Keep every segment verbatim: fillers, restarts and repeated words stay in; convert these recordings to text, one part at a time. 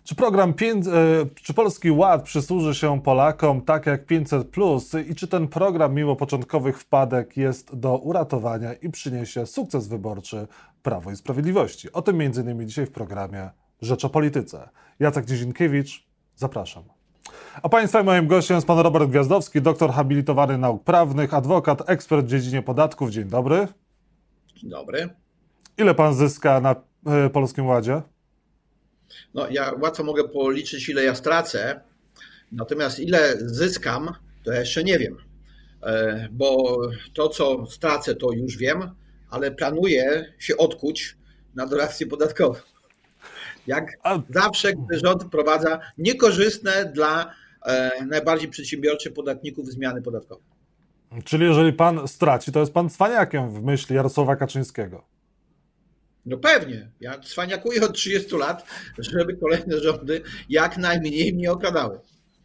Czy program pięć, czy Polski Ład przysłuży się Polakom tak jak pięćset plus i czy ten program mimo początkowych wpadek jest do uratowania i przyniesie sukces wyborczy Prawo i Sprawiedliwości? O tym między innymi dzisiaj w programie Rzecz o Polityce. Jacek Nizinkiewicz, zapraszam. A Państwa i moim gościem jest pan Robert Gwiazdowski, doktor habilitowany nauk prawnych, adwokat, ekspert w dziedzinie podatków. Dzień dobry. Dzień dobry. Ile pan zyska na y, Polskim Ładzie? No, ja łatwo mogę policzyć, ile ja stracę, natomiast ile zyskam, to ja jeszcze nie wiem, bo to, co stracę, to już wiem, ale planuję się odkuć na doradztwie podatkowym. Jak A... zawsze, gdy rząd wprowadza niekorzystne dla najbardziej przedsiębiorczych podatników zmiany podatkowe. Czyli jeżeli pan straci, to jest pan cwaniakiem w myśli Jarosława Kaczyńskiego. No pewnie. Ja cwaniakuję od trzydziestu lat, żeby kolejne rządy jak najmniej mnie okradały.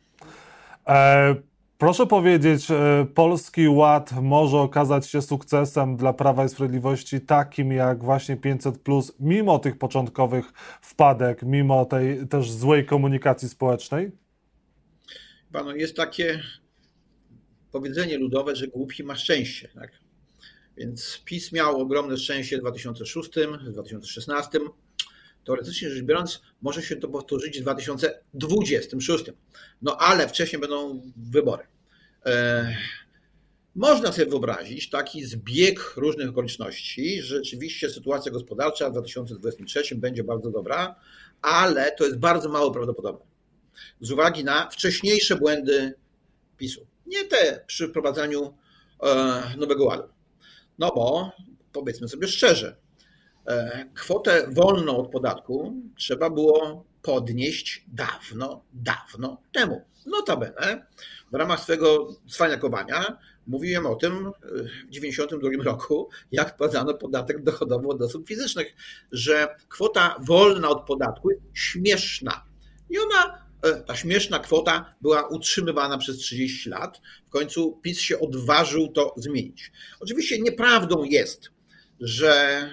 E, proszę powiedzieć, e, Polski Ład może okazać się sukcesem dla Prawa i Sprawiedliwości takim jak właśnie pięćset plus, mimo tych początkowych wpadek, mimo tej też złej komunikacji społecznej? Panu, jest takie powiedzenie ludowe, że głupi ma szczęście, tak? Więc PiS miał ogromne szczęście w dwa tysiące szóstym, w dwa tysiące szesnastym. Teoretycznie rzecz biorąc, może się to powtórzyć w dwa tysiące dwudziestym szóstym. No ale wcześniej będą wybory. E, można sobie wyobrazić taki zbieg różnych okoliczności, że rzeczywiście sytuacja gospodarcza w dwa tysiące dwudziestym trzecim będzie bardzo dobra, ale to jest bardzo mało prawdopodobne. Z uwagi na wcześniejsze błędy PiSu. Nie te przy wprowadzaniu e, Nowego Ładu. No bo, powiedzmy sobie szczerze, kwotę wolną od podatku trzeba było podnieść dawno, dawno temu. Notabene w ramach swojego cwaniakowania mówiłem o tym w dziewięćdziesiątym drugim roku, jak wprowadzano podatek dochodowy od osób fizycznych, że kwota wolna od podatku jest śmieszna. I ona, ta śmieszna kwota była utrzymywana przez trzydzieści lat. W końcu PiS się odważył to zmienić. Oczywiście nieprawdą jest, że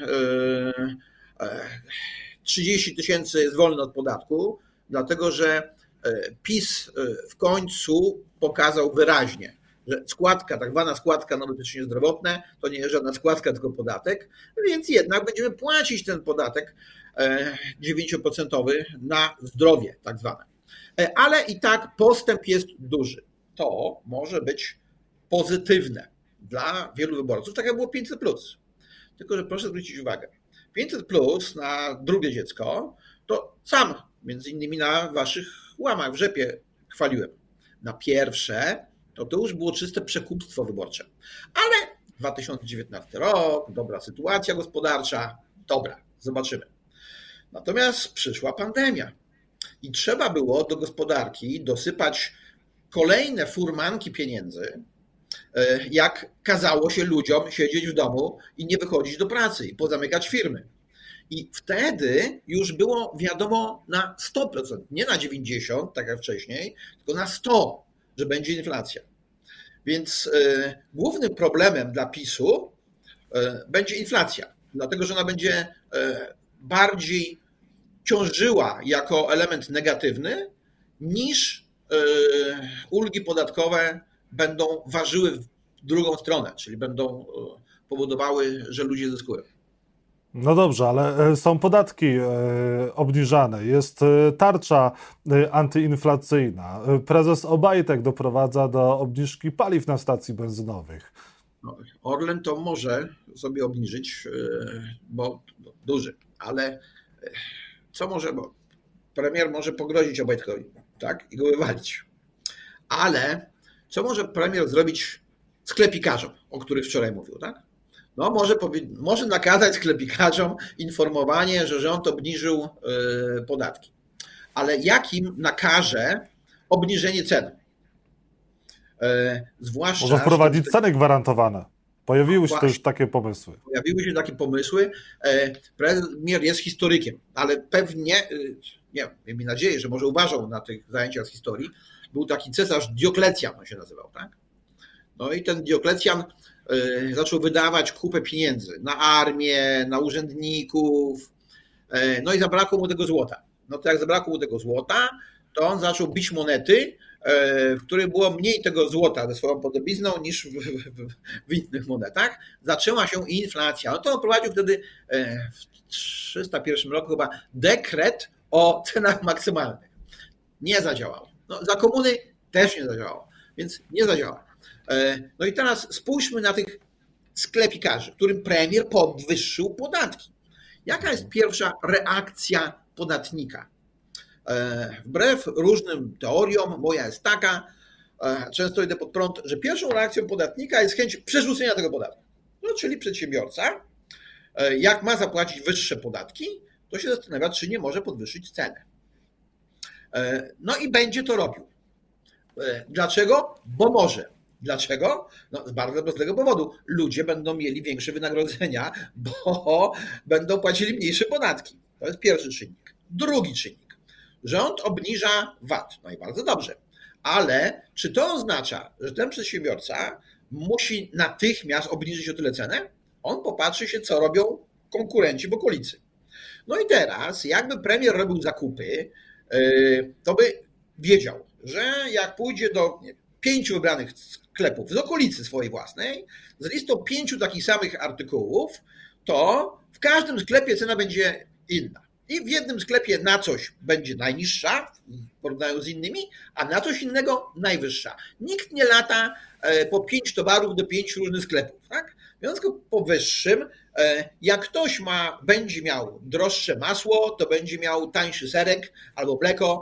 trzydzieści tysięcy jest wolne od podatku, dlatego że PiS w końcu pokazał wyraźnie, że składka, tak zwana składka na ubezpieczenie zdrowotne, to nie jest żadna składka, tylko podatek, więc jednak będziemy płacić ten podatek dziewięć procent na zdrowie tak zwane. Ale i tak postęp jest duży. To może być pozytywne dla wielu wyborców, tak jak było pięćset plus. Tylko że proszę zwrócić uwagę, pięćset plus na drugie dziecko, to sam między innymi na waszych łamach w rzepie chwaliłem. Na pierwsze to to już było czyste przekupstwo wyborcze. Ale dwa tysiące dziewiętnasty rok, dobra sytuacja gospodarcza, dobra, zobaczymy. Natomiast przyszła pandemia i trzeba było do gospodarki dosypać kolejne furmanki pieniędzy, jak kazało się ludziom siedzieć w domu i nie wychodzić do pracy i pozamykać firmy. I wtedy już było wiadomo na sto procent, nie na dziewięćdziesiąt procent, tak jak wcześniej, tylko na sto procent, że będzie inflacja. Więc głównym problemem dla PiSu będzie inflacja, dlatego że ona będzie bardziej ciążyła jako element negatywny niż ulgi podatkowe będą ważyły w drugą stronę, czyli będą powodowały, że ludzie zyskują. No dobrze, ale są podatki obniżane, jest tarcza antyinflacyjna. Prezes Obajtek doprowadza do obniżki paliw na stacji benzynowych. No, Orlen to może sobie obniżyć, bo duży, ale co może, bo premier może pogrozić Obajtkowi, tak, i go wywalić. Ale co może premier zrobić sklepikarzom, o których wczoraj mówił, tak? No może, może nakazać sklepikarzom informowanie, że rząd obniżył yy, podatki. Ale jakim nakaże obniżenie cen? Yy, zwłaszcza, może wprowadzić że... ceny gwarantowane. Pojawiły się też takie pomysły. Pojawiły się takie pomysły. Premier jest historykiem, ale pewnie, nie wiem, mam nadzieję, że może uważał na tych zajęciach z historii. Był taki cesarz Dioklecjan, on się nazywał, tak? No i ten Dioklecjan zaczął wydawać kupę pieniędzy na armię, na urzędników, no i zabrakło mu tego złota. No to jak zabrakło mu tego złota, to on zaczął bić monety, w których było mniej tego złota ze swoją podobizną niż w, w, w innych monetach. Zaczęła się inflacja. No to on prowadził wtedy w trzysta pierwszym roku chyba dekret o cenach maksymalnych. Nie zadziałało. No, za komuny też nie zadziałało, więc nie zadziała. No i teraz spójrzmy na tych sklepikarzy, którym premier podwyższył podatki. Jaka jest pierwsza reakcja podatnika? Wbrew różnym teoriom, moja jest taka, często idę pod prąd, że pierwszą reakcją podatnika jest chęć przerzucenia tego podatku. No, czyli przedsiębiorca, jak ma zapłacić wyższe podatki, to się zastanawia, czy nie może podwyższyć ceny. No i będzie to robił. Dlaczego? Bo może. Dlaczego? No, z bardzo prostego powodu. Ludzie będą mieli większe wynagrodzenia, bo będą płacili mniejsze podatki. To jest pierwszy czynnik. Drugi czynnik. Rząd obniża V A T. No i bardzo dobrze. Ale czy to oznacza, że ten przedsiębiorca musi natychmiast obniżyć o tyle cenę? On popatrzy się, co robią konkurenci w okolicy. No i teraz, jakby premier robił zakupy, to by wiedział, że jak pójdzie do nie, pięciu wybranych sklepów z okolicy swojej własnej, z listą pięciu takich samych artykułów, to w każdym sklepie cena będzie inna. I w jednym sklepie na coś będzie najniższa w porównaniu z innymi, a na coś innego najwyższa. Nikt nie lata po pięć towarów do pięciu różnych sklepów. Tak? W związku z powyższym, jak ktoś ma, będzie miał droższe masło, to będzie miał tańszy serek albo mleko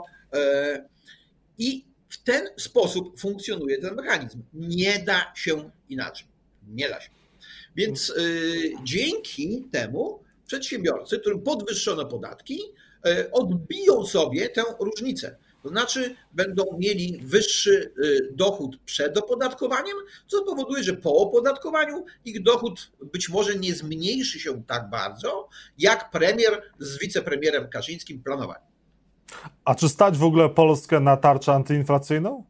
i w ten sposób funkcjonuje ten mechanizm. Nie da się inaczej. Nie da się. Więc yy, dzięki temu przedsiębiorcy, którym podwyższono podatki, yy, odbiją sobie tę różnicę. To znaczy będą mieli wyższy yy, dochód przed opodatkowaniem, co spowoduje, że po opodatkowaniu ich dochód być może nie zmniejszy się tak bardzo, jak premier z wicepremierem Kaczyńskim planowali. A czy stać w ogóle Polskę na tarczę antyinflacyjną?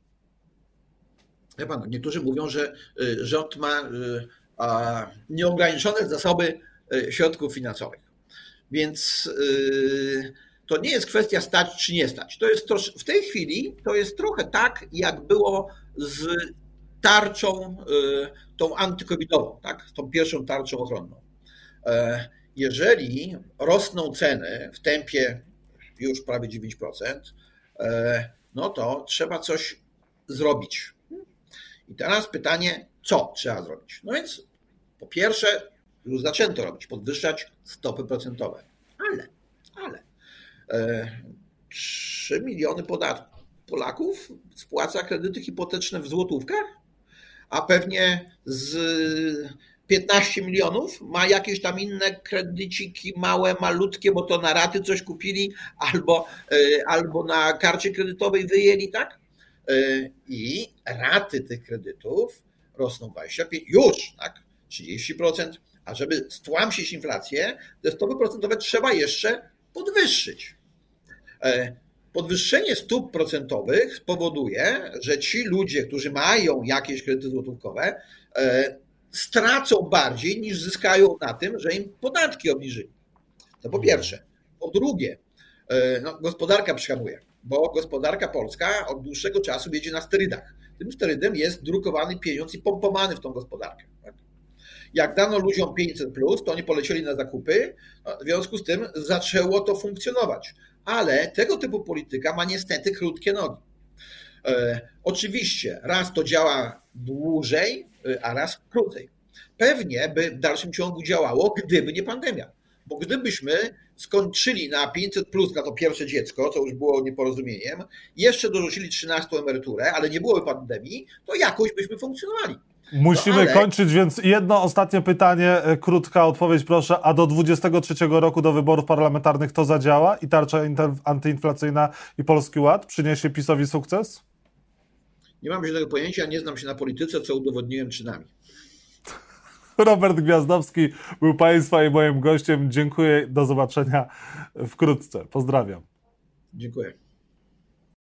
Ja pan, niektórzy mówią, że rząd ma nieograniczone zasoby środków finansowych. Więc to nie jest kwestia stać czy nie stać. To jest trosz... W tej chwili to jest trochę tak, jak było z tarczą tą antykowidową, tak? Z tą pierwszą tarczą ochronną. Jeżeli rosną ceny w tempie już prawie dziewięć procent, no to trzeba coś zrobić. I teraz pytanie, co trzeba zrobić? No więc po pierwsze, już zaczęto robić, podwyższać stopy procentowe. Ale, ale trzy miliony podatków Polaków spłaca kredyty hipoteczne w złotówkach, a pewnie z piętnaście milionów ma jakieś tam inne kredyciki małe, malutkie, bo to na raty coś kupili albo, albo na karcie kredytowej wyjęli, tak? I raty tych kredytów rosną dwadzieścia pięć procent, już, tak? trzydzieści procent, a żeby stłamsić inflację, te stopy procentowe trzeba jeszcze podwyższyć. Podwyższenie stóp procentowych spowoduje, że ci ludzie, którzy mają jakieś kredyty złotówkowe, stracą bardziej niż zyskają na tym, że im podatki obniżyli. To po pierwsze. Po drugie, no, gospodarka przyhamuje, bo gospodarka polska od dłuższego czasu jedzie na sterydach. Tym sterydem jest drukowany pieniądz i pompowany w tą gospodarkę. Tak? Jak dano ludziom pięćset plus, to oni polecieli na zakupy, no, w związku z tym zaczęło to funkcjonować. Ale tego typu polityka ma niestety krótkie nogi. E, oczywiście raz to działa dłużej, a raz krócej. Pewnie by w dalszym ciągu działało, gdyby nie pandemia. Bo gdybyśmy skończyli na pięćset plus na to pierwsze dziecko, co już było nieporozumieniem, jeszcze dorzucili trzynastą emeryturę, ale nie byłoby pandemii, to jakoś byśmy funkcjonowali. Musimy no, ale... kończyć, więc jedno ostatnie pytanie, krótka odpowiedź proszę. A do dwudziestego trzeciego roku, do wyborów parlamentarnych to zadziała i tarcza antyinflacyjna i Polski Ład przyniesie PiS-owi sukces? Nie mam żadnego pojęcia, nie znam się na polityce, co udowodniłem czynami. Robert Gwiazdowski był Państwa i moim gościem. Dziękuję, do zobaczenia wkrótce. Pozdrawiam. Dziękuję.